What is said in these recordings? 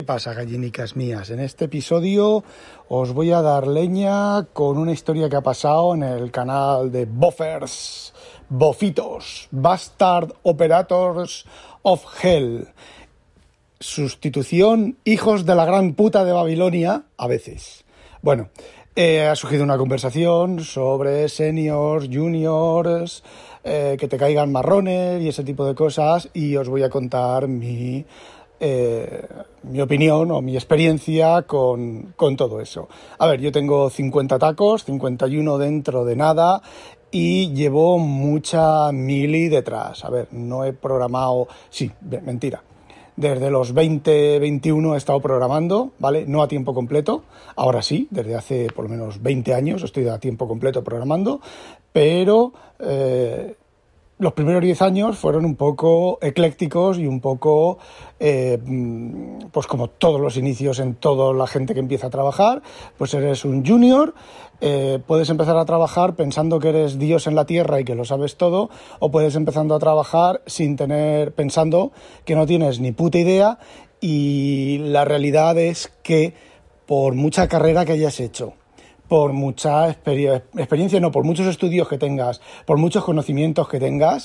¿Qué pasa, gallinicas mías? En este episodio os voy a dar leña con una historia que ha pasado en el canal de Boffers, Bofitos, Bastard Operators of Hell. Sustitución, hijos de la gran puta de Babilonia, a veces. Bueno, ha surgido una conversación sobre seniors, juniors, que te caigan marrones y ese tipo de cosas, y os voy a contar mi opinión o mi experiencia con todo eso. A ver, yo tengo 50 tacos, 51 dentro de nada, y llevo mucha mili detrás. A ver, no he programado... Sí, mentira. Desde los 20, 21 he estado programando, ¿vale? No a tiempo completo. Ahora sí, desde hace por lo menos 20 años estoy a tiempo completo programando, pero... los primeros 10 años fueron un poco eclécticos y un poco, pues como todos los inicios en toda la gente que empieza a trabajar, pues eres un junior, puedes empezar a trabajar pensando que eres Dios en la tierra y que lo sabes todo, o puedes empezando a trabajar pensando que no tienes ni puta idea, y la realidad es que por mucha carrera que hayas hecho, por mucha experiencia, no, por muchos estudios que tengas, por muchos conocimientos que tengas,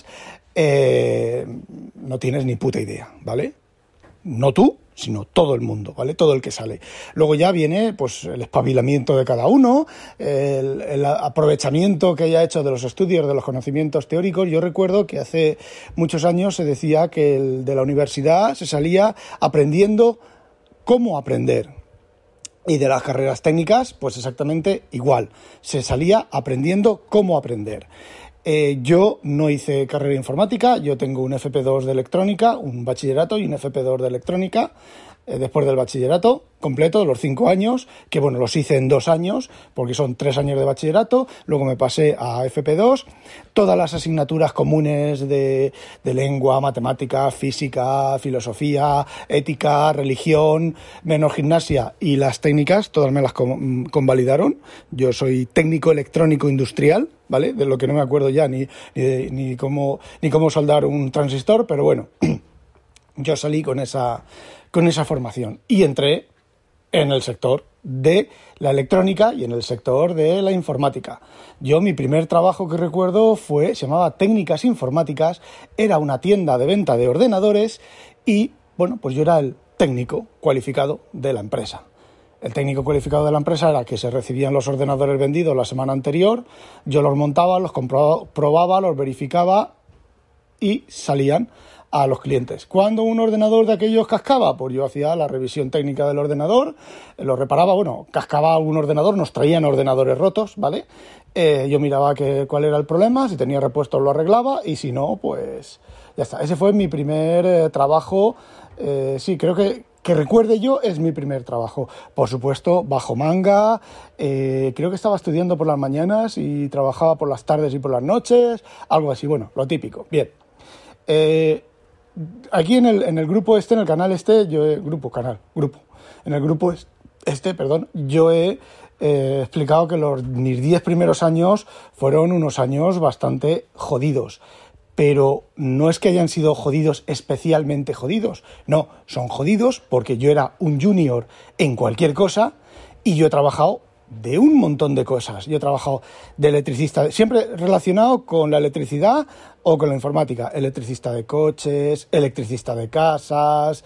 no tienes ni puta idea, ¿vale? No tú, sino todo el mundo, ¿vale? Todo el que sale. Luego ya viene, pues, el espabilamiento de cada uno, el aprovechamiento que haya hecho de los estudios, de los conocimientos teóricos. Yo recuerdo que hace muchos años se decía que el de la universidad se salía aprendiendo cómo aprender. Y de las carreras técnicas, pues exactamente igual. Se salía aprendiendo cómo aprender. Yo no hice carrera informática, yo tengo un FP2 de electrónica, un bachillerato y un FP2 de electrónica, después del bachillerato completo, de los 5 años, que bueno, los hice en 2 años, porque son 3 años de bachillerato, luego me pasé a FP2, todas las asignaturas comunes de lengua, matemática, física, filosofía, ética, religión, menos gimnasia, y las técnicas, todas me las convalidaron. Yo soy técnico electrónico industrial, ¿vale? De lo que no me acuerdo ya ni cómo soldar un transistor, pero bueno, yo salí con esa formación y entré en el sector de la electrónica y en el sector de la informática. Yo, mi primer trabajo que recuerdo se llamaba Técnicas Informáticas, era una tienda de venta de ordenadores y, bueno, pues yo era el técnico cualificado de la empresa. El técnico cualificado de la empresa era que se recibían los ordenadores vendidos la semana anterior, yo los montaba, los probaba, los verificaba y salían a los clientes. Cuando un ordenador de aquellos cascaba, pues yo hacía la revisión técnica del ordenador, lo reparaba, bueno, cascaba un ordenador, nos traían ordenadores rotos, ¿vale? Yo miraba cuál era el problema, si tenía repuestos lo arreglaba y si no, pues ya está. Ese fue mi primer trabajo, sí, creo que recuerde yo, es mi primer trabajo. Por supuesto, bajo manga, creo que estaba estudiando por las mañanas y trabajaba por las tardes y por las noches, algo así, bueno, lo típico. Bien. Aquí en el grupo en el canal en el grupo yo he explicado que mis 10 primeros años fueron unos años bastante jodidos. Pero no es que hayan sido jodidos especialmente jodidos, no, son jodidos porque yo era un junior en cualquier cosa y yo he trabajado de un montón de cosas. Yo he trabajado de electricista, siempre relacionado con la electricidad o con la informática. Electricista de coches, electricista de casas.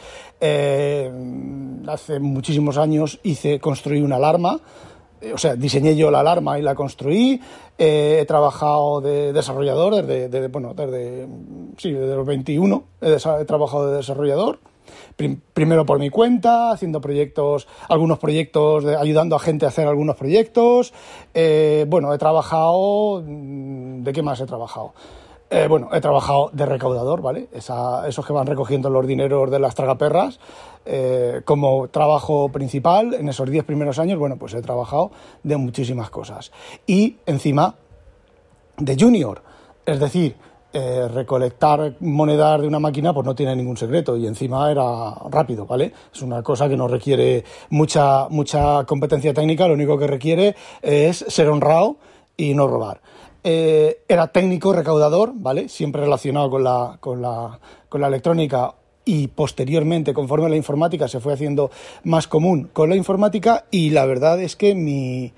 Hace muchísimos años construí una alarma. O sea, diseñé yo la alarma y la construí. He trabajado de desarrollador desde los 21 he trabajado de desarrollador. Primero por mi cuenta, haciendo algunos proyectos, ayudando a gente a hacer algunos proyectos. He trabajado... ¿De qué más he trabajado? He trabajado de recaudador, ¿vale? Esos que van recogiendo los dineros de las tragaperras. Como trabajo principal, en esos 10 primeros años, pues he trabajado de muchísimas cosas. Y encima de junior, es decir, recolectar monedas de una máquina pues no tiene ningún secreto y encima era rápido, ¿vale? Es una cosa que no requiere mucha competencia técnica, lo único que requiere es ser honrado y no robar. Era técnico recaudador, ¿vale? Siempre relacionado con la electrónica y posteriormente, conforme la informática se fue haciendo más común con la informática, y la verdad es que mi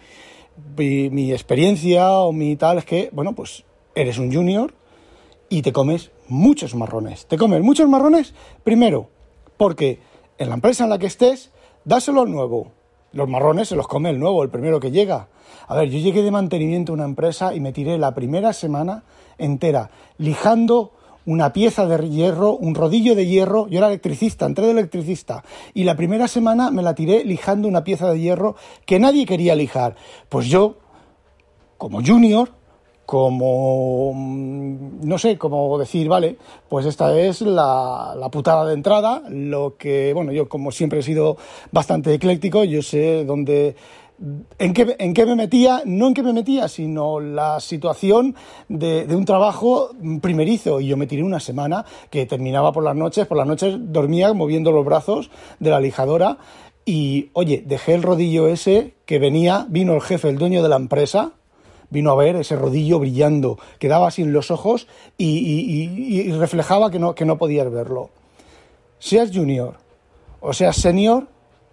experiencia o mi tal es que, bueno, pues eres un junior y te comes muchos marrones. Te comes muchos marrones, primero, porque en la empresa en la que estés, dáselo al nuevo. Los marrones se los come el nuevo, el primero que llega. A ver, yo llegué de mantenimiento a una empresa y me tiré la primera semana entera lijando una pieza de hierro, un rodillo de hierro. Yo era electricista, entré de electricista, y la primera semana me la tiré lijando una pieza de hierro que nadie quería lijar. Pues yo, como junior, como, no sé, como decir, vale, pues esta es la putada de entrada, lo que, bueno, yo como siempre he sido bastante ecléctico, yo sé dónde, en qué me metía, no en qué me metía, sino la situación de un trabajo primerizo, y yo me tiré una semana que terminaba por las noches dormía moviendo los brazos de la lijadora, y, oye, dejé el rodillo ese que vino el jefe, el dueño de la empresa, vino a ver ese rodillo brillando, quedaba así en los ojos y reflejaba que no podías verlo. Seas junior, o seas senior,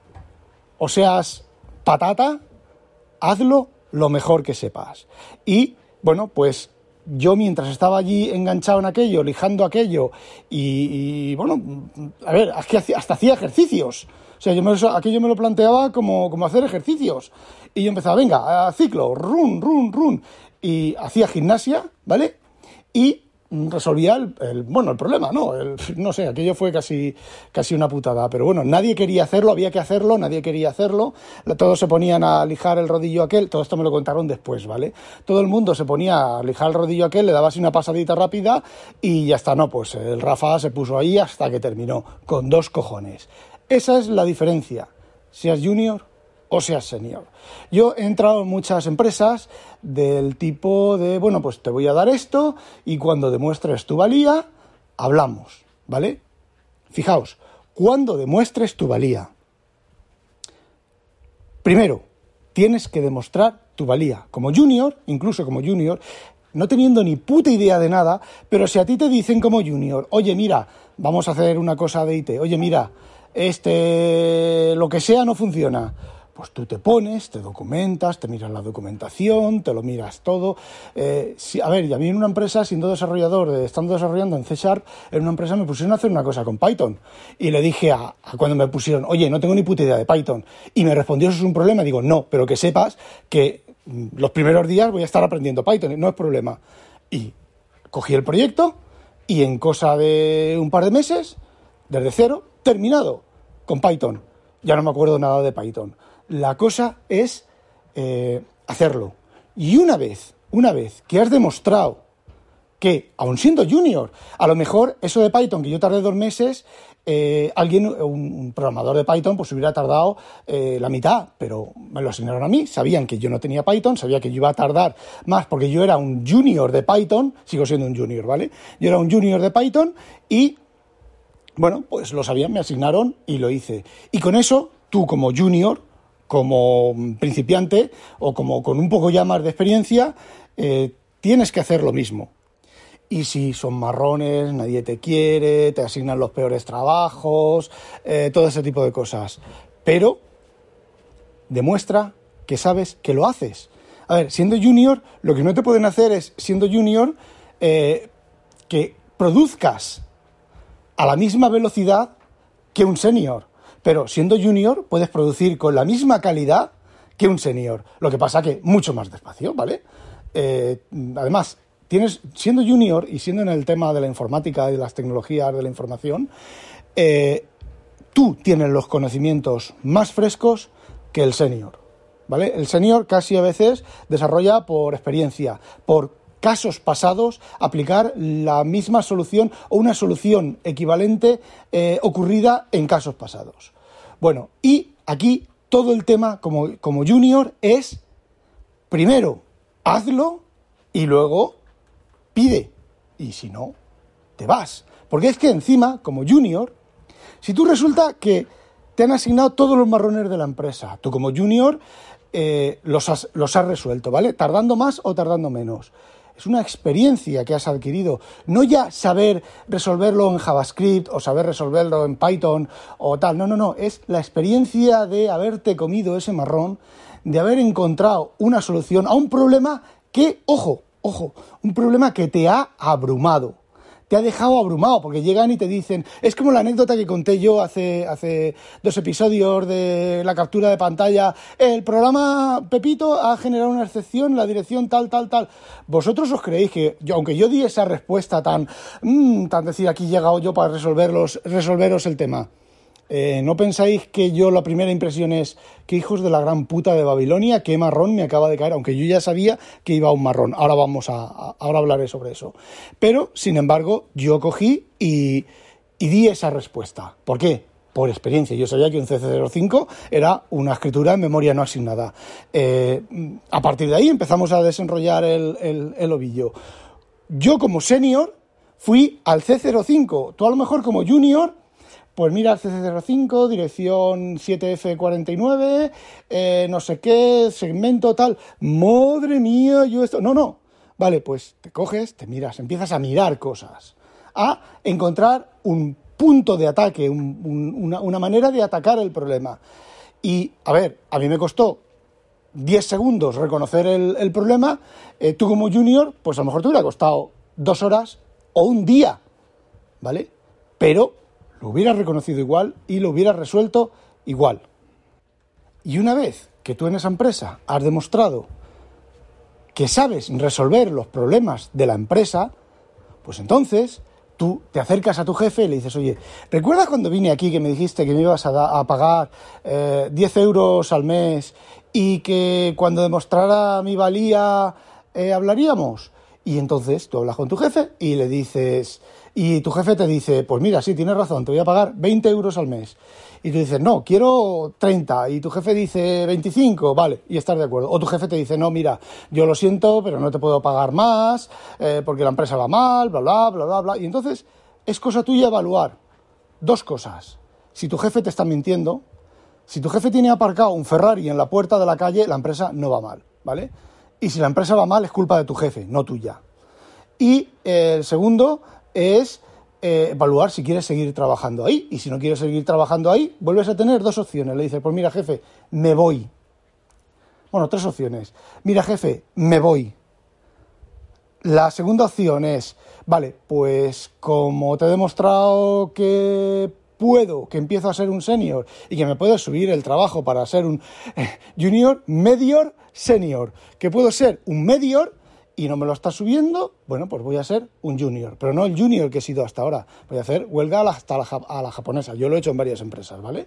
o seas patata, hazlo lo mejor que sepas. Y, bueno, pues yo mientras estaba allí enganchado en aquello, lijando aquello, y bueno, a ver, es que hasta hacía ejercicios. O sea, aquello me lo planteaba como hacer ejercicios. Y yo empezaba, venga, a ciclo, run, run, run. Y hacía gimnasia, ¿vale? Y resolvía el problema, ¿no? No sé, aquello fue casi una putada. Pero bueno, nadie quería hacerlo, había que hacerlo, nadie quería hacerlo. Todos se ponían a lijar el rodillo aquel, todo esto me lo contaron después, ¿vale? Todo el mundo se ponía a lijar el rodillo aquel, le daba así una pasadita rápida y ya está, ¿no? Pues el Rafa se puso ahí hasta que terminó, con 2 cojones. Esa es la diferencia, seas junior o seas senior. Yo he entrado en muchas empresas del tipo de, bueno, pues te voy a dar esto y cuando demuestres tu valía, hablamos, ¿vale? Fijaos, cuando demuestres tu valía, primero, tienes que demostrar tu valía. Como junior, incluso como junior, no teniendo ni puta idea de nada, pero si a ti te dicen como junior, oye, mira, vamos a hacer una cosa de IT, oye, mira, lo que sea no funciona, pues tú te pones, te documentas, te miras la documentación, te lo miras todo. A ver, y a mí en una empresa, estando desarrollando en C#, en una empresa me pusieron a hacer una cosa con Python. Y le dije cuando me pusieron, oye, no tengo ni puta idea de Python. Y me respondió, ¿eso es un problema? Digo, no, pero que sepas que los primeros días voy a estar aprendiendo Python, no es problema. Y cogí el proyecto y en cosa de un par de meses, desde cero, terminado con Python. Ya no me acuerdo nada de Python. La cosa es hacerlo. Y una vez que has demostrado que, aun siendo junior, a lo mejor eso de Python, que yo tardé 2 meses, un programador de Python, pues hubiera tardado la mitad, pero me lo asignaron a mí, sabían que yo no tenía Python, sabía que yo iba a tardar más, porque yo era un junior de Python, sigo siendo un junior, ¿vale? Yo era un junior de Python y, bueno, pues lo sabían, me asignaron y lo hice. Y con eso, tú como junior, como principiante o como con un poco ya más de experiencia, tienes que hacer lo mismo. Y si son marrones, nadie te quiere, te asignan los peores trabajos, todo ese tipo de cosas. Pero demuestra que sabes que lo haces. A ver, siendo junior, lo que no te pueden hacer es, siendo junior, que produzcas a la misma velocidad que un senior. Pero siendo junior puedes producir con la misma calidad que un senior. Lo que pasa que mucho más despacio, ¿vale? Además, siendo junior y siendo en el tema de la informática y de las tecnologías de la información, tú tienes los conocimientos más frescos que el senior, ¿vale? El senior casi a veces desarrolla por experiencia, por casos pasados, aplicar la misma solución o una solución equivalente ocurrida en casos pasados. Bueno, y aquí todo el tema como junior es, primero, hazlo y luego pide. Y si no, te vas. Porque es que encima, como junior, si tú resulta que te han asignado todos los marrones de la empresa, tú como junior los has resuelto, ¿vale? Tardando más o tardando menos. es una experiencia que has adquirido. No ya saber resolverlo en JavaScript o saber resolverlo en Python o tal. No. Es la experiencia de haberte comido ese marrón, de haber encontrado una solución a un problema que, ojo, un problema que te ha abrumado. Te ha dejado abrumado, porque llegan y te dicen... Es como la anécdota que conté yo hace 2 episodios de la captura de pantalla. El programa Pepito ha generado una excepción en la dirección tal. ¿Vosotros os creéis que, aunque yo di esa respuesta tan decir, aquí he llegado yo para resolveros el tema? ¿No pensáis que yo la primera impresión es que hijos de la gran puta de Babilonia, qué marrón me acaba de caer? Aunque yo ya sabía que iba a un marrón. Ahora hablaré sobre eso. Pero, sin embargo, yo cogí y di esa respuesta. ¿Por qué? Por experiencia. Yo sabía que un CC05 era una escritura en memoria no asignada. A partir de ahí empezamos a desenrollar el ovillo. Yo como senior fui al C05. Tú a lo mejor como junior... Pues mira, el CC05, dirección 7F49, no sé qué, segmento tal. ¡Madre mía! Yo esto... No. Vale, pues te coges, te miras, empiezas a mirar cosas. A encontrar un punto de ataque, una manera de atacar el problema. Y, a ver, a mí me costó 10 segundos reconocer el problema. Tú como junior, pues a lo mejor te hubiera costado 2 horas o un día, ¿vale? Pero... lo hubieras reconocido igual y lo hubieras resuelto igual. Y una vez que tú en esa empresa has demostrado que sabes resolver los problemas de la empresa, pues entonces tú te acercas a tu jefe y le dices, oye, ¿recuerdas cuando vine aquí que me dijiste que me ibas a pagar 10 euros al mes y que cuando demostrara mi valía hablaríamos? Y entonces tú hablas con tu jefe y le dices... Y tu jefe te dice, pues mira, sí, tienes razón, te voy a pagar 20 euros al mes. Y tú dices, no, quiero 30. Y tu jefe dice 25, vale, y estás de acuerdo. O tu jefe te dice, no, mira, yo lo siento, pero no te puedo pagar más, porque la empresa va mal, bla. Y entonces es cosa tuya evaluar 2 cosas. Si tu jefe te está mintiendo, si tu jefe tiene aparcado un Ferrari en la puerta de la calle, la empresa no va mal, ¿vale? Y si la empresa va mal, es culpa de tu jefe, no tuya. Y el segundo... es evaluar si quieres seguir trabajando ahí. Y si no quieres seguir trabajando ahí, vuelves a tener 2 opciones. Le dices, pues mira, jefe, me voy. Bueno, 3 opciones. Mira, jefe, me voy. La segunda opción es, vale, pues como te he demostrado que empiezo a ser un senior y que me puedes subir el trabajo para ser un junior, medior, senior, que puedo ser un medior y no me lo estás subiendo, bueno, pues voy a ser un junior, pero no el junior que he sido hasta ahora. Voy a hacer huelga a la japonesa. Yo lo he hecho en varias empresas, ¿vale?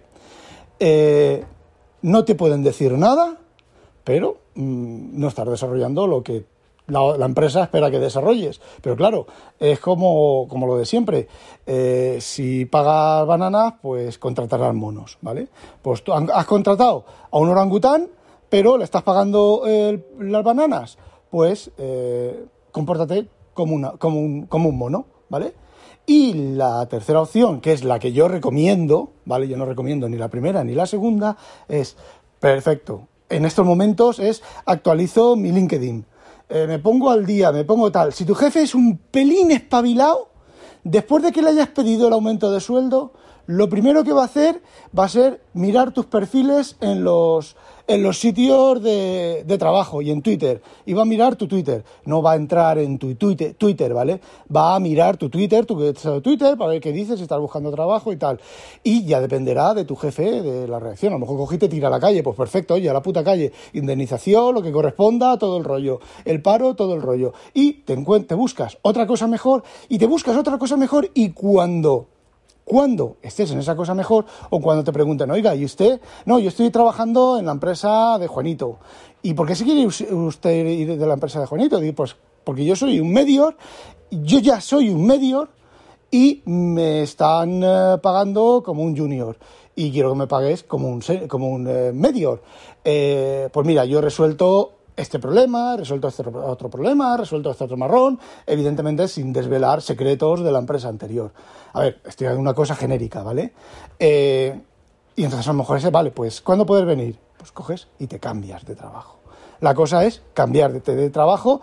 No te pueden decir nada, pero no estás desarrollando lo que la empresa espera que desarrolles. Pero claro, es como lo de siempre. Si pagas bananas, pues contratarás monos, ¿vale? Pues tú has contratado a un orangután, pero le estás pagando las bananas. Pues compórtate como un mono, ¿vale? Y la tercera opción, que es la que yo recomiendo, ¿vale? Yo no recomiendo ni la primera ni la segunda, es perfecto. En estos momentos actualizo mi LinkedIn. Me pongo al día, me pongo tal. Si tu jefe es un pelín espabilado, después de que le hayas pedido el aumento de sueldo, lo primero que va a hacer va a ser mirar tus perfiles en los sitios de trabajo y en Twitter. Y va a mirar tu Twitter. No va a entrar en tu Twitter, ¿vale? Va a mirar tu Twitter para ver qué dices, si estás buscando trabajo y tal. Y ya dependerá de tu jefe, de la reacción. A lo mejor cogiste y tira a la calle. Pues perfecto, oye, a la puta calle. Indemnización, lo que corresponda, todo el rollo. El paro, todo el rollo. Y te buscas otra cosa mejor y cuando estés en esa cosa mejor o cuando te pregunten, oiga, ¿y usted? No, yo estoy trabajando en la empresa de Juanito. ¿Y por qué se quiere usted ir de la empresa de Juanito? Digo, pues porque yo soy un medior, yo ya soy un medior y me están pagando como un junior y quiero que me pagues como un medior. Pues mira, yo he resuelto este problema, resuelto este otro problema, resuelto este otro marrón, evidentemente sin desvelar secretos de la empresa anterior. A ver, estoy haciendo una cosa genérica, ¿vale? Y entonces a lo mejor vale, pues ¿cuándo puedes venir? Pues coges y te cambias de trabajo. La cosa es cambiarte de trabajo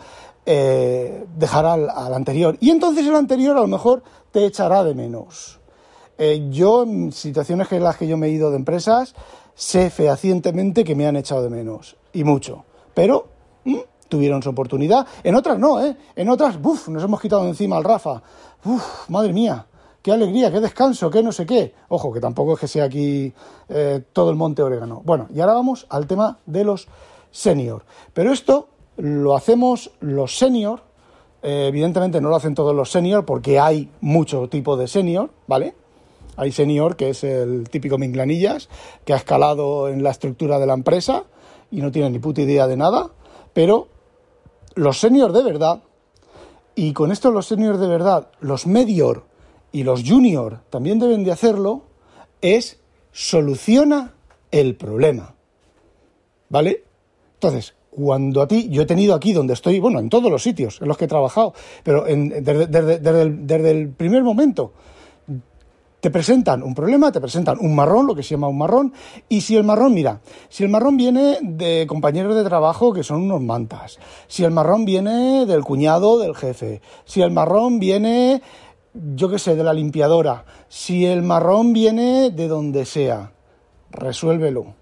dejar al anterior. Y entonces el anterior a lo mejor te echará de menos. Yo, en situaciones en las que yo me he ido de empresas, sé fehacientemente que me han echado de menos. Y mucho. Pero tuvieron su oportunidad. En otras no, ¿eh? En otras, nos hemos quitado de encima al Rafa. Madre mía. Qué alegría, qué descanso, qué no sé qué. Ojo, que tampoco es que sea aquí todo el monte orégano. Bueno, y ahora vamos al tema de los senior. Pero esto lo hacemos los senior. Evidentemente no lo hacen todos los senior porque hay mucho tipo de senior, ¿vale? Hay senior, que es el típico minglanillas, que ha escalado en la estructura de la empresa y no tiene ni puta idea de nada. Pero los senior de verdad, y con esto los senior de verdad, los medior y los junior también deben de hacerlo, es soluciona el problema, ¿vale? Entonces, cuando a ti, yo he tenido aquí donde estoy, bueno, en todos los sitios en los que he trabajado, pero desde el primer momento, te presentan un problema, te presentan un marrón, lo que se llama un marrón, y si el marrón viene de compañeros de trabajo que son unos mantas, si el marrón viene del cuñado del jefe, si el marrón viene, yo qué sé, de la limpiadora, si el marrón viene de donde sea, resuélvelo.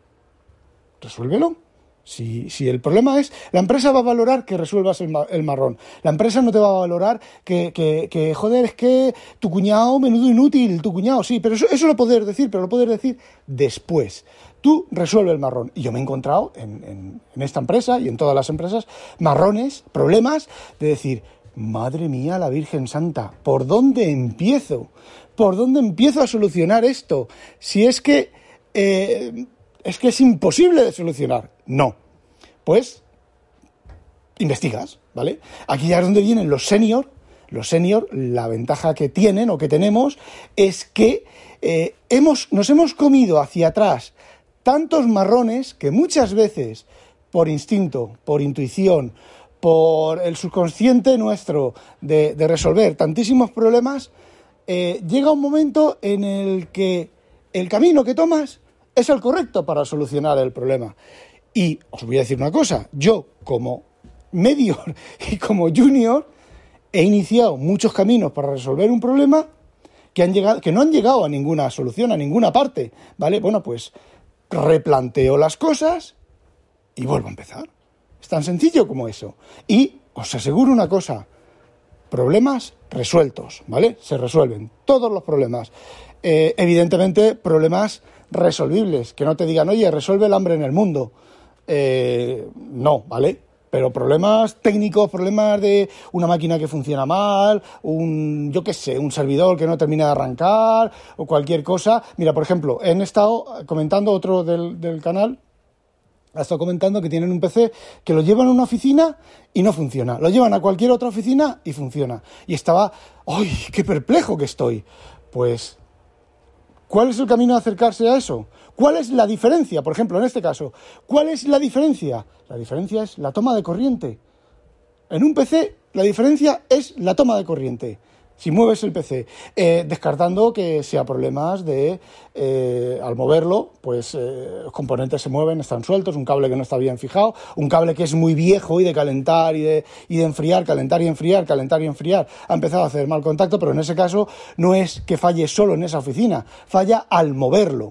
Si el problema es, la empresa va a valorar que resuelvas el marrón. La empresa no te va a valorar que joder, es que tu cuñado, menudo inútil, tu cuñado, sí, pero eso lo puedes decir, pero lo puedes decir después. Tú resuelve el marrón. Y yo me he encontrado en esta empresa y en todas las empresas marrones, problemas de decir, madre mía, la Virgen Santa, ¿por dónde empiezo? ¿Por dónde empiezo a solucionar esto? Si es que es imposible de solucionar. No. Pues investigas, ¿vale? Aquí ya es donde vienen los senior. Los senior, la ventaja que tienen o que tenemos es que nos hemos comido hacia atrás tantos marrones que muchas veces, por instinto, por intuición, por el subconsciente nuestro de resolver tantísimos problemas, llega un momento en el que el camino que tomas es el correcto para solucionar el problema. Y os voy a decir una cosa, yo como medior y como junior he iniciado muchos caminos para resolver un problema que no han llegado a ninguna solución, a ninguna parte, ¿vale? Bueno, pues replanteo las cosas y vuelvo a empezar. Es tan sencillo como eso. Y os aseguro una cosa, problemas resueltos, ¿vale? Se resuelven todos los problemas. Evidentemente, problemas resolvibles, que no te digan, oye, resuelve el hambre en el mundo. No, ¿vale? Pero problemas técnicos, problemas de una máquina que funciona mal, un servidor que no termina de arrancar o cualquier cosa. Mira, por ejemplo, he estado comentando otro del canal, ha estado comentando que tienen un PC que lo llevan a una oficina y no funciona. Lo llevan a cualquier otra oficina y funciona. Y estaba, ¡ay, qué perplejo que estoy! Pues, ¿cuál es el camino de acercarse a eso? ¿Cuál es la diferencia? Por ejemplo, en este caso, ¿cuál es la diferencia? La diferencia es la toma de corriente. En un PC, la diferencia es la toma de corriente. Si mueves el PC, descartando que sea problemas de, al moverlo, pues los componentes se mueven, están sueltos, un cable que no está bien fijado, un cable que es muy viejo y de calentar y de enfriar, calentar y enfriar, calentar y enfriar, ha empezado a hacer mal contacto, pero en ese caso no es que falle solo en esa oficina, falla al moverlo.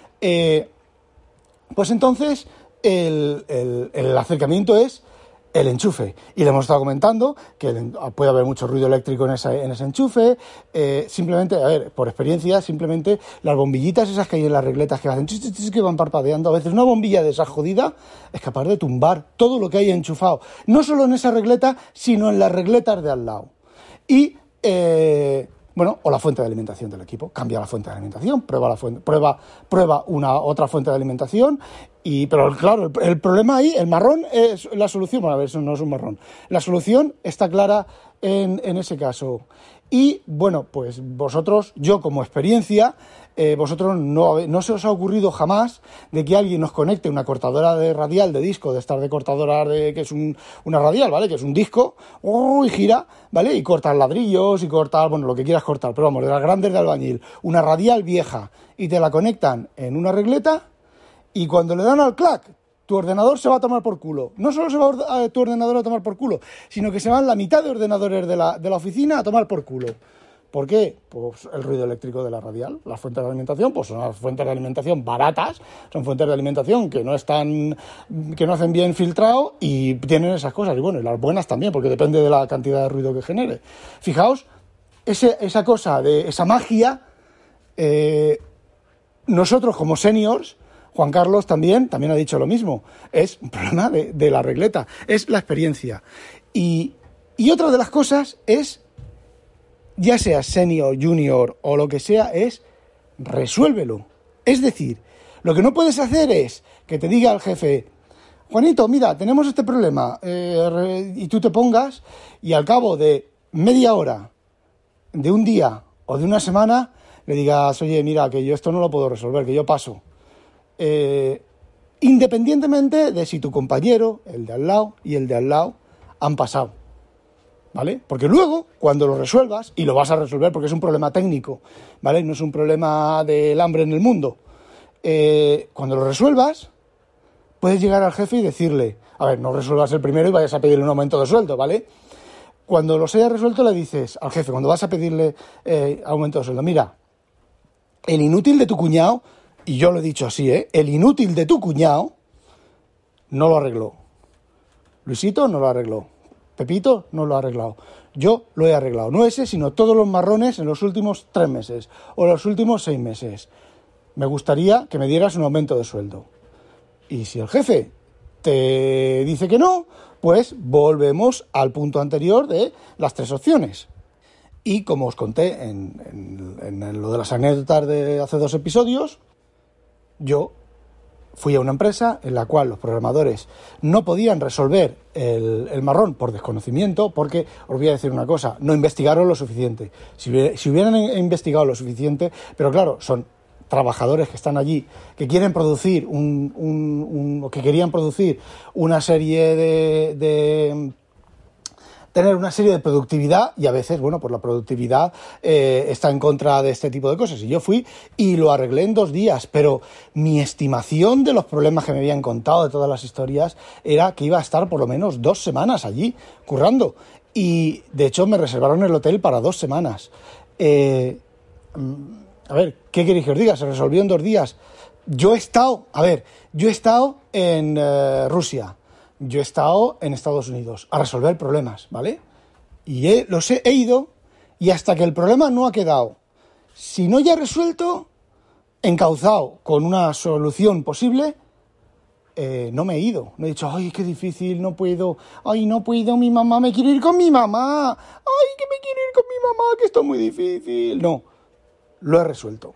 Pues entonces el acercamiento es el enchufe. Y le hemos estado comentando que puede haber mucho ruido eléctrico en ese enchufe. Simplemente, a ver, por experiencia, simplemente las bombillitas esas que hay en las regletas que hacen que van parpadeando, a veces una bombilla de esa jodida es capaz de tumbar todo lo que hay enchufado. No solo en esa regleta, sino en las regletas de al lado. Y o la fuente de alimentación del equipo. Cambia la fuente de alimentación, prueba una otra fuente de alimentación. Pero claro, el problema ahí, el marrón es la solución. Bueno, a ver, eso no es un marrón. La solución está clara en ese caso. Y bueno, pues vosotros, yo como experiencia, vosotros no se os ha ocurrido jamás de que alguien nos conecte una cortadora de radial de disco, de estas de cortadoras que es una radial, ¿vale? Que es un disco, y gira, ¿vale? Y cortar ladrillos y cortar, lo que quieras cortar, pero vamos, de las grandes de albañil, una radial vieja y te la conectan en una regleta y cuando le dan al clac, tu ordenador se va a tomar por culo. No solo se va tu ordenador a tomar por culo, sino que se van la mitad de ordenadores de la oficina a tomar por culo. ¿Por qué? Pues el ruido eléctrico de la radial. Las fuentes de alimentación, pues son las fuentes de alimentación baratas, son fuentes de alimentación que no hacen bien filtrado y tienen esas cosas. Y bueno, y las buenas también, porque depende de la cantidad de ruido que genere. Fijaos, esa cosa de esa magia, nosotros como seniors, Juan Carlos también ha dicho lo mismo, es un problema de la regleta, es la experiencia. Y otra de las cosas es, ya sea senior, junior o lo que sea, es resuélvelo. Es decir, lo que no puedes hacer es que te diga el jefe, Juanito, mira, tenemos este problema, y tú te pongas y al cabo de media hora, de un día o de una semana, le digas, oye, mira, que yo esto no lo puedo resolver, que yo paso. Independientemente de si tu compañero, el de al lado y el de al lado han pasado. ¿Vale? Porque luego, cuando lo resuelvas, y lo vas a resolver porque es un problema técnico, ¿vale? No es un problema del hambre en el mundo. Cuando lo resuelvas, puedes llegar al jefe y decirle, a ver, no resuelvas el primero y vayas a pedirle un aumento de sueldo, ¿vale? Cuando los hayas resuelto le dices al jefe, cuando vas a pedirle aumento de sueldo, mira, el inútil de tu cuñado, y yo lo he dicho así, el inútil de tu cuñado no lo arregló. Luisito no lo arregló. Pepito no lo ha arreglado. Yo lo he arreglado. No ese, sino todos los marrones en los últimos 3 meses o los últimos 6 meses. Me gustaría que me dieras un aumento de sueldo. Y si el jefe te dice que no, pues volvemos al punto anterior de las 3 opciones. Y como os conté en lo de las anécdotas de hace 2 episodios, yo fui a una empresa en la cual los programadores no podían resolver el marrón por desconocimiento, porque, os voy a decir una cosa, no investigaron lo suficiente. Si hubieran investigado lo suficiente, pero claro, son trabajadores que están allí, que quieren producir que querían producir una serie tener una serie de productividad, y a veces, bueno, pues la productividad está en contra de este tipo de cosas. Y yo fui y lo arreglé en 2 días, pero mi estimación de los problemas que me habían contado, de todas las historias, era que iba a estar por lo menos 2 semanas allí, currando. Y, de hecho, me reservaron el hotel para 2 semanas. A ver, ¿qué queréis que os diga? Se resolvió en 2 días. Yo he estado en Rusia. Yo he estado en Estados Unidos a resolver problemas, ¿vale? Y he ido, y hasta que el problema no ha quedado, si no ya resuelto, encauzado con una solución posible, no me he ido. No he dicho, ay, qué difícil, no puedo, mi mamá, me quiero ir con mi mamá, ay, que me quiero ir con mi mamá, que esto es muy difícil. No, lo he resuelto.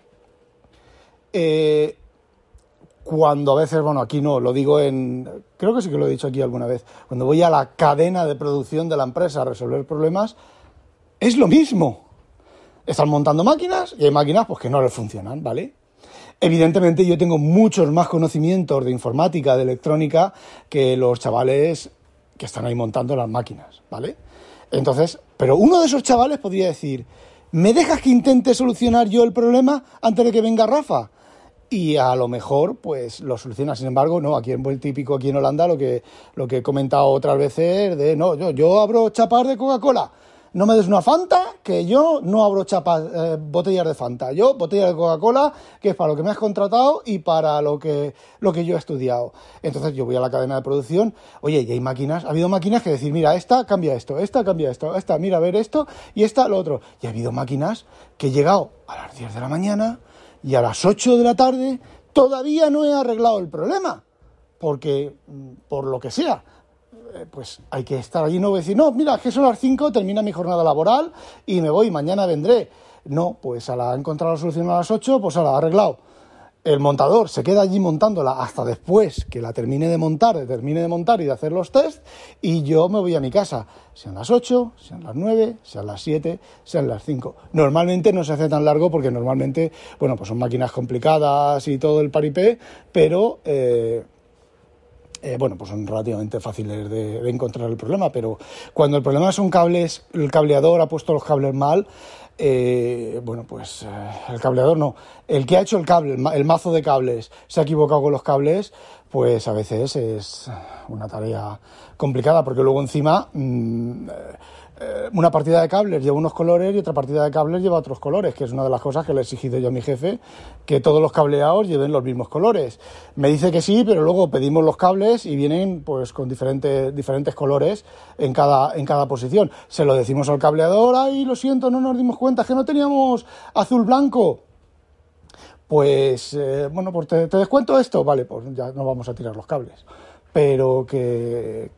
Cuando a veces, bueno, aquí no, lo digo creo que sí que lo he dicho aquí alguna vez, cuando voy a la cadena de producción de la empresa a resolver problemas, es lo mismo. Están montando máquinas y hay máquinas pues que no les funcionan, ¿vale? Evidentemente yo tengo muchos más conocimientos de informática, de electrónica, que los chavales que están ahí montando las máquinas, ¿vale? Entonces, pero uno de esos chavales podría decir, ¿me dejas que intente solucionar yo el problema antes de que venga Rafa? Y a lo mejor pues lo soluciona. Sin embargo, no, aquí en buen típico aquí en Holanda lo que he comentado otras veces de no, yo abro chapas de Coca-Cola, no me des una Fanta, que yo no abro chapas, botellas de Fanta, yo botellas de Coca-Cola, que es para lo que me has contratado y para lo que yo he estudiado. Entonces yo voy a la cadena de producción, oye, y hay máquinas, ha habido máquinas que decir, mira, esta cambia esto, esta, mira, a ver esto y esta lo otro. Y ha habido máquinas que he llegado a las 10 de la mañana y a las 8 de la tarde todavía no he arreglado el problema, porque, por lo que sea, pues hay que estar allí, no voy a decir, no, mira, que son las 5, termina mi jornada laboral y me voy, mañana vendré. No, pues he encontrado la solución a las 8, pues la ha arreglado. El montador se queda allí montándola hasta después que la termine de montar y de hacer los tests, y yo me voy a mi casa, sean las 8, sean las 9, sean las 7, sean las 5. Normalmente no se hace tan largo porque normalmente, bueno, pues son máquinas complicadas y todo el paripé, pero bueno, pues son relativamente fáciles de encontrar el problema, pero cuando el problema son cables, el cableador ha puesto los cables mal, bueno, pues el cableador no, el que ha hecho el cable, el mazo de cables, se ha equivocado con los cables, pues a veces es una tarea complicada, porque luego encima una partida de cables lleva unos colores y otra partida de cables lleva otros colores, que es una de las cosas que le he exigido yo a mi jefe, que todos los cableados lleven los mismos colores. Me dice que sí, pero luego pedimos los cables y vienen pues con diferentes colores en cada posición. Se lo decimos al cableador: ay, lo siento, no nos dimos cuenta, es que no teníamos azul blanco. Pues, bueno, pues te descuento esto, vale, pues ya no vamos a tirar los cables. Pero que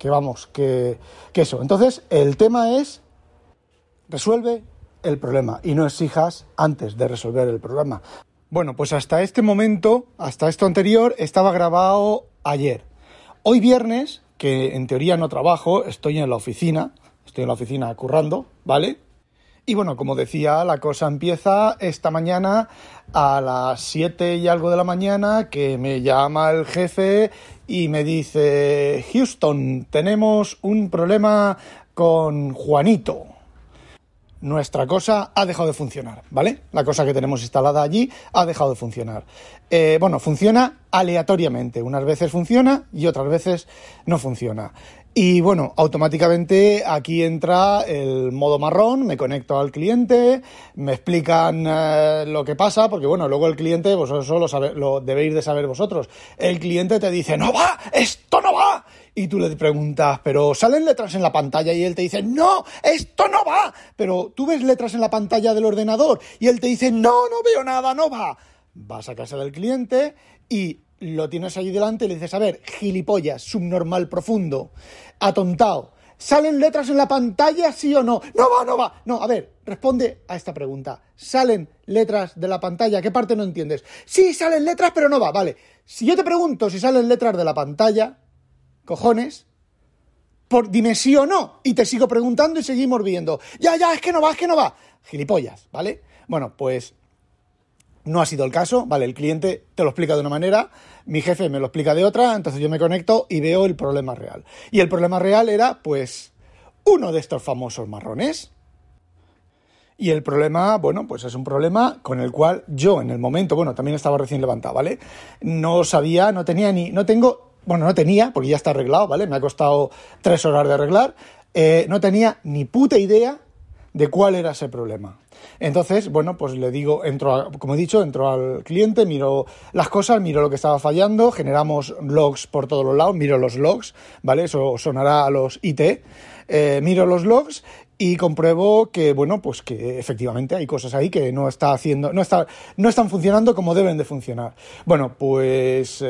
eso. Entonces, el tema es: resuelve el problema y no exijas antes de resolver el problema. Bueno, pues hasta este momento, hasta esto anterior, estaba grabado ayer. Hoy viernes, que en teoría no trabajo, estoy en la oficina currando, ¿vale? Y bueno, como decía, la cosa empieza esta mañana a las 7 y algo de la mañana, que me llama el jefe y me dice: Houston, tenemos un problema con Juanito. Nuestra cosa ha dejado de funcionar, ¿vale? La cosa que tenemos instalada allí ha dejado de funcionar. Bueno, funciona aleatoriamente. Unas veces funciona y otras veces no funciona. Y bueno, automáticamente aquí entra el modo marrón, me conecto al cliente, me explican lo que pasa, porque bueno, luego el cliente, vosotros lo debéis de saber vosotros. El cliente te dice: ¡no va! ¡Esto no va! Y tú le preguntas: ¿pero salen letras en la pantalla? Y él te dice: ¡no! ¡Esto no va! Pero tú ves letras en la pantalla del ordenador y él te dice: ¡no, no veo nada, no va! Vas a casa del cliente y lo tienes allí delante y le dices: a ver, gilipollas, subnormal profundo, atontado, ¿salen letras en la pantalla, sí o no? ¡No va, no va! No, a ver, responde a esta pregunta. ¿Salen letras de la pantalla? ¿Qué parte no entiendes? Sí, salen letras, pero no va. Vale, si yo te pregunto si salen letras de la pantalla, cojones, dime sí o no, y te sigo preguntando y seguimos viendo. Ya, es que no va. Gilipollas, ¿vale? Bueno, pues no ha sido el caso, ¿vale? El cliente te lo explica de una manera, mi jefe me lo explica de otra, entonces yo me conecto y veo el problema real. Y el problema real era, pues, uno de estos famosos marrones. Y el problema, bueno, pues es un problema con el cual yo en el momento, bueno, también estaba recién levantado, ¿vale? No sabía, no tenía, porque ya está arreglado, ¿vale? Me ha costado 3 horas de arreglar. No tenía ni puta idea de cuál era ese problema. Entonces, bueno, pues le digo, como he dicho, entro al cliente, miro las cosas, miro lo que estaba fallando, generamos logs por todos los lados, miro los logs, ¿vale? Eso sonará a los IT. Miro los logs y compruebo que, bueno, pues que efectivamente hay cosas ahí que no están funcionando como deben de funcionar. Bueno, pues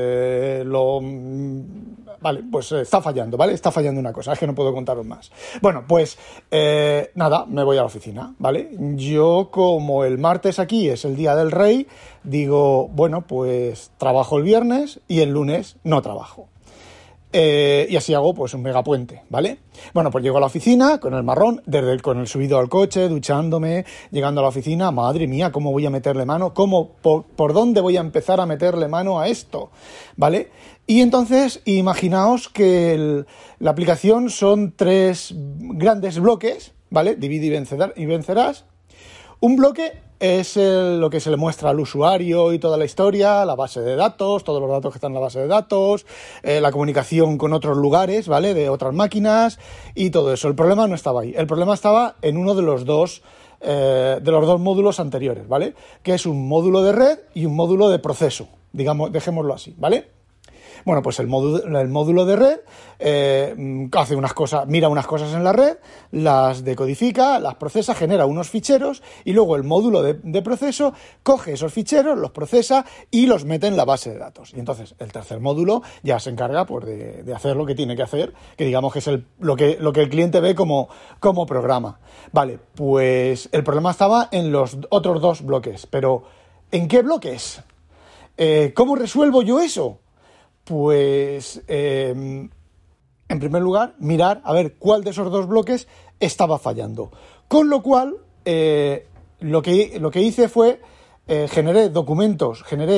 vale, pues está fallando, ¿vale? Está fallando una cosa, es que no puedo contaros más. Bueno, pues nada, me voy a la oficina, ¿vale? Yo, como el martes aquí es el Día del Rey, digo, bueno, pues trabajo el viernes y el lunes no trabajo. Y así hago pues un megapuente, ¿vale? Bueno, pues llego a la oficina con el marrón, con el subido al coche, duchándome, llegando a la oficina, madre mía, ¿cómo voy a meterle mano? ¿Por dónde voy a empezar a meterle mano a esto? ¿Vale? Y entonces, imaginaos que la aplicación son 3 grandes bloques, ¿vale? Divide y vencerás. Un bloque es lo que se le muestra al usuario y toda la historia, la base de datos, todos los datos que están en la base de datos, la comunicación con otros lugares, ¿vale? De otras máquinas y todo eso. El problema no estaba ahí. El problema estaba en uno de los dos módulos anteriores, ¿vale? Que es un módulo de red y un módulo de proceso, digamos, dejémoslo así, ¿vale? Bueno, pues el módulo de red hace unas cosas, mira unas cosas en la red, las decodifica, las procesa, genera unos ficheros y luego el módulo de proceso coge esos ficheros, los procesa y los mete en la base de datos. Y entonces el tercer módulo ya se encarga pues, de hacer lo que tiene que hacer, que digamos que es lo que el cliente ve como programa. Vale, pues el problema estaba en los otros 2 bloques, pero ¿en qué bloques? ¿Cómo resuelvo yo eso? Pues, en primer lugar, mirar a ver cuál de esos 2 bloques estaba fallando. Con lo cual, lo que hice fue, generé documentos, generé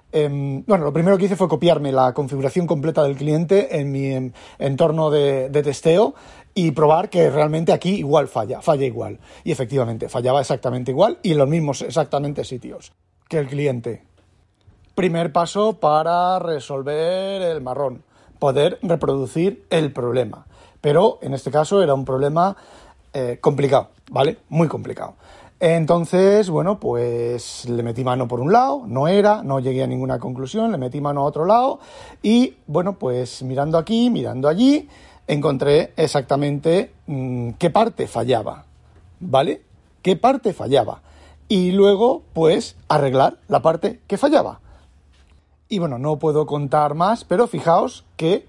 Bueno, lo primero que hice fue copiarme la configuración completa del cliente en mi entorno de testeo y probar que realmente aquí igual falla igual. Y efectivamente, fallaba exactamente igual y en los mismos exactamente sitios que el cliente. Primer paso para resolver el marrón, poder reproducir el problema. Pero en este caso era un problema complicado, ¿vale? Muy complicado. Entonces, bueno, pues le metí mano por un lado, no llegué a ninguna conclusión, le metí mano a otro lado y, bueno, pues mirando aquí, mirando allí, encontré exactamente qué parte fallaba, ¿vale? ¿Qué parte fallaba? Y luego, pues, arreglar la parte que fallaba. Y bueno, no puedo contar más, pero fijaos que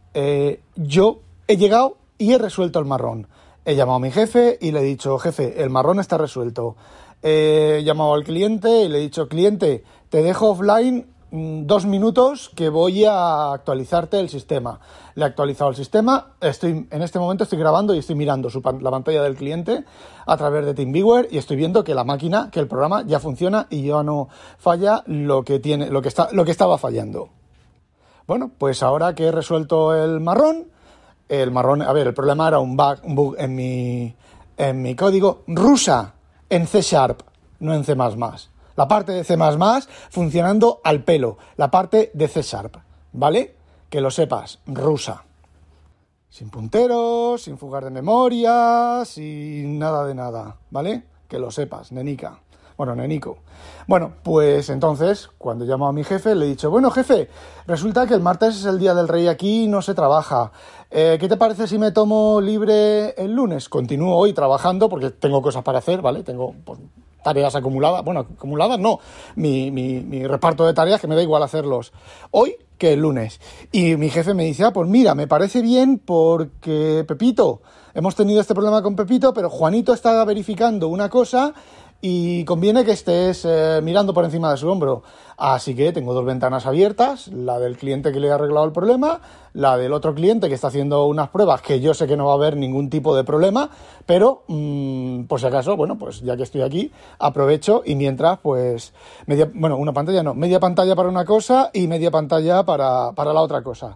yo he llegado y he resuelto el marrón. He llamado a mi jefe y le he dicho, jefe, el marrón está resuelto. He llamado al cliente y le he dicho, cliente, te dejo offline 2 minutos que voy a actualizarte el sistema. Le he actualizado el sistema, en este momento estoy grabando y estoy mirando la pantalla del cliente a través de TeamViewer y estoy viendo que la máquina, que el programa ya funciona y ya no falla lo que estaba fallando. Bueno, pues ahora que he resuelto el marrón, a ver, el problema era un bug en mi código rusa en C#, no en C++. La parte de C++ funcionando al pelo, la parte de C#, ¿vale? Que lo sepas, rusa. Sin punteros, sin fugar de memoria, sin nada de nada, ¿vale? Que lo sepas, nenica. Bueno, nenico. Bueno, pues entonces, cuando llamo a mi jefe, le he dicho, bueno, jefe, resulta que el martes es el Día del Rey aquí y no se trabaja. ¿Qué te parece si me tomo libre el lunes? Continúo hoy trabajando porque tengo cosas para hacer, ¿vale? Tengo pues, tareas acumuladas. Bueno, acumuladas no. Mi reparto de tareas que me da igual hacerlos hoy que el lunes. Y mi jefe me dice, pues mira, me parece bien porque Pepito, hemos tenido este problema con Pepito, pero Juanito está verificando una cosa y conviene que estés mirando por encima de su hombro. Así que tengo 2 ventanas abiertas, la del cliente que le ha arreglado el problema, la del otro cliente que está haciendo unas pruebas que yo sé que no va a haber ningún tipo de problema, pero por si acaso, bueno, pues ya que estoy aquí, aprovecho y mientras, pues, media pantalla para una cosa y media pantalla para la otra cosa.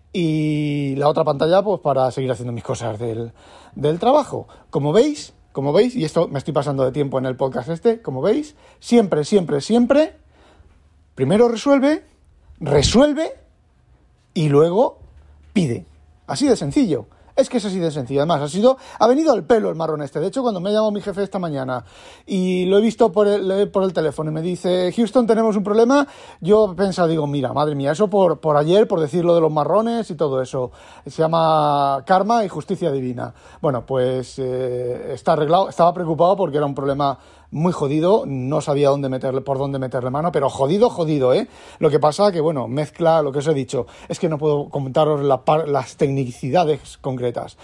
Y la otra pantalla, pues, para seguir haciendo mis cosas del trabajo. Como veis, y esto me estoy pasando de tiempo en el podcast como veis, siempre, primero resuelve y luego pide. Así de sencillo. Es que es así de sencillo. Además, ha venido al pelo el marrón este. De hecho, cuando me ha llamado mi jefe esta mañana y lo he visto por el teléfono y me dice, Houston, tenemos un problema, yo he pensado, digo, mira, madre mía, eso por ayer, por decir lo de los marrones y todo eso. Se llama karma y justicia divina. Bueno, pues está arreglado. Estaba preocupado porque era un problema muy jodido, no sabía por dónde meterle mano, pero jodido, ¿eh? Lo que pasa que, bueno, mezcla lo que os he dicho. Es que no puedo comentaros las tecnicidades concretas.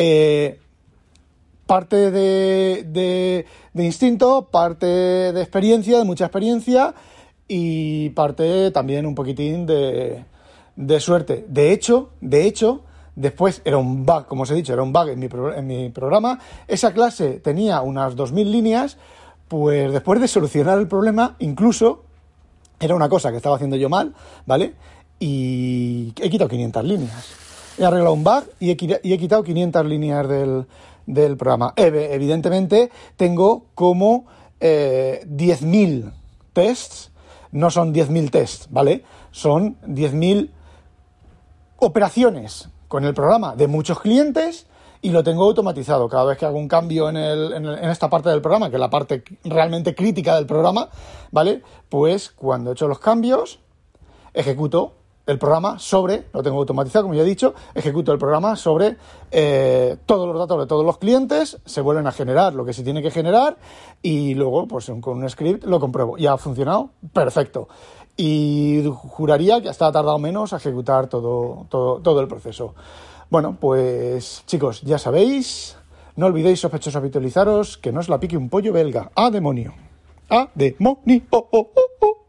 Parte de instinto, parte de experiencia, de mucha experiencia, y parte también un poquitín de suerte. De hecho, después era un bug, como os he dicho, era un bug en mi programa. Esa clase tenía unas 2.000 líneas, pues después de solucionar el problema, incluso era una cosa que estaba haciendo yo mal, ¿vale? Y he quitado 500 líneas. He arreglado un bug y he quitado 500 líneas del programa. Evidentemente tengo como 10.000 tests, no son 10.000 tests, ¿vale? Son 10.000 operaciones con el programa de muchos clientes y lo tengo automatizado. Cada vez que hago un cambio en esta parte del programa, que es la parte realmente crítica del programa, ¿vale? Pues cuando he hecho los cambios, ejecuto el programa lo tengo automatizado, como ya he dicho, ejecuto el programa sobre todos los datos de todos los clientes, se vuelven a generar lo que se tiene que generar y luego, pues con un script lo compruebo. Y ha funcionado perfecto. Y juraría que hasta ha tardado menos a ejecutar todo el proceso. Bueno, pues chicos, ya sabéis, no olvidéis, sospechosos, habitualizaros, que no os la pique un pollo belga. ¡Ah, demonio! ¡Ah, demonio! ¡Oh, oh, oh, oh!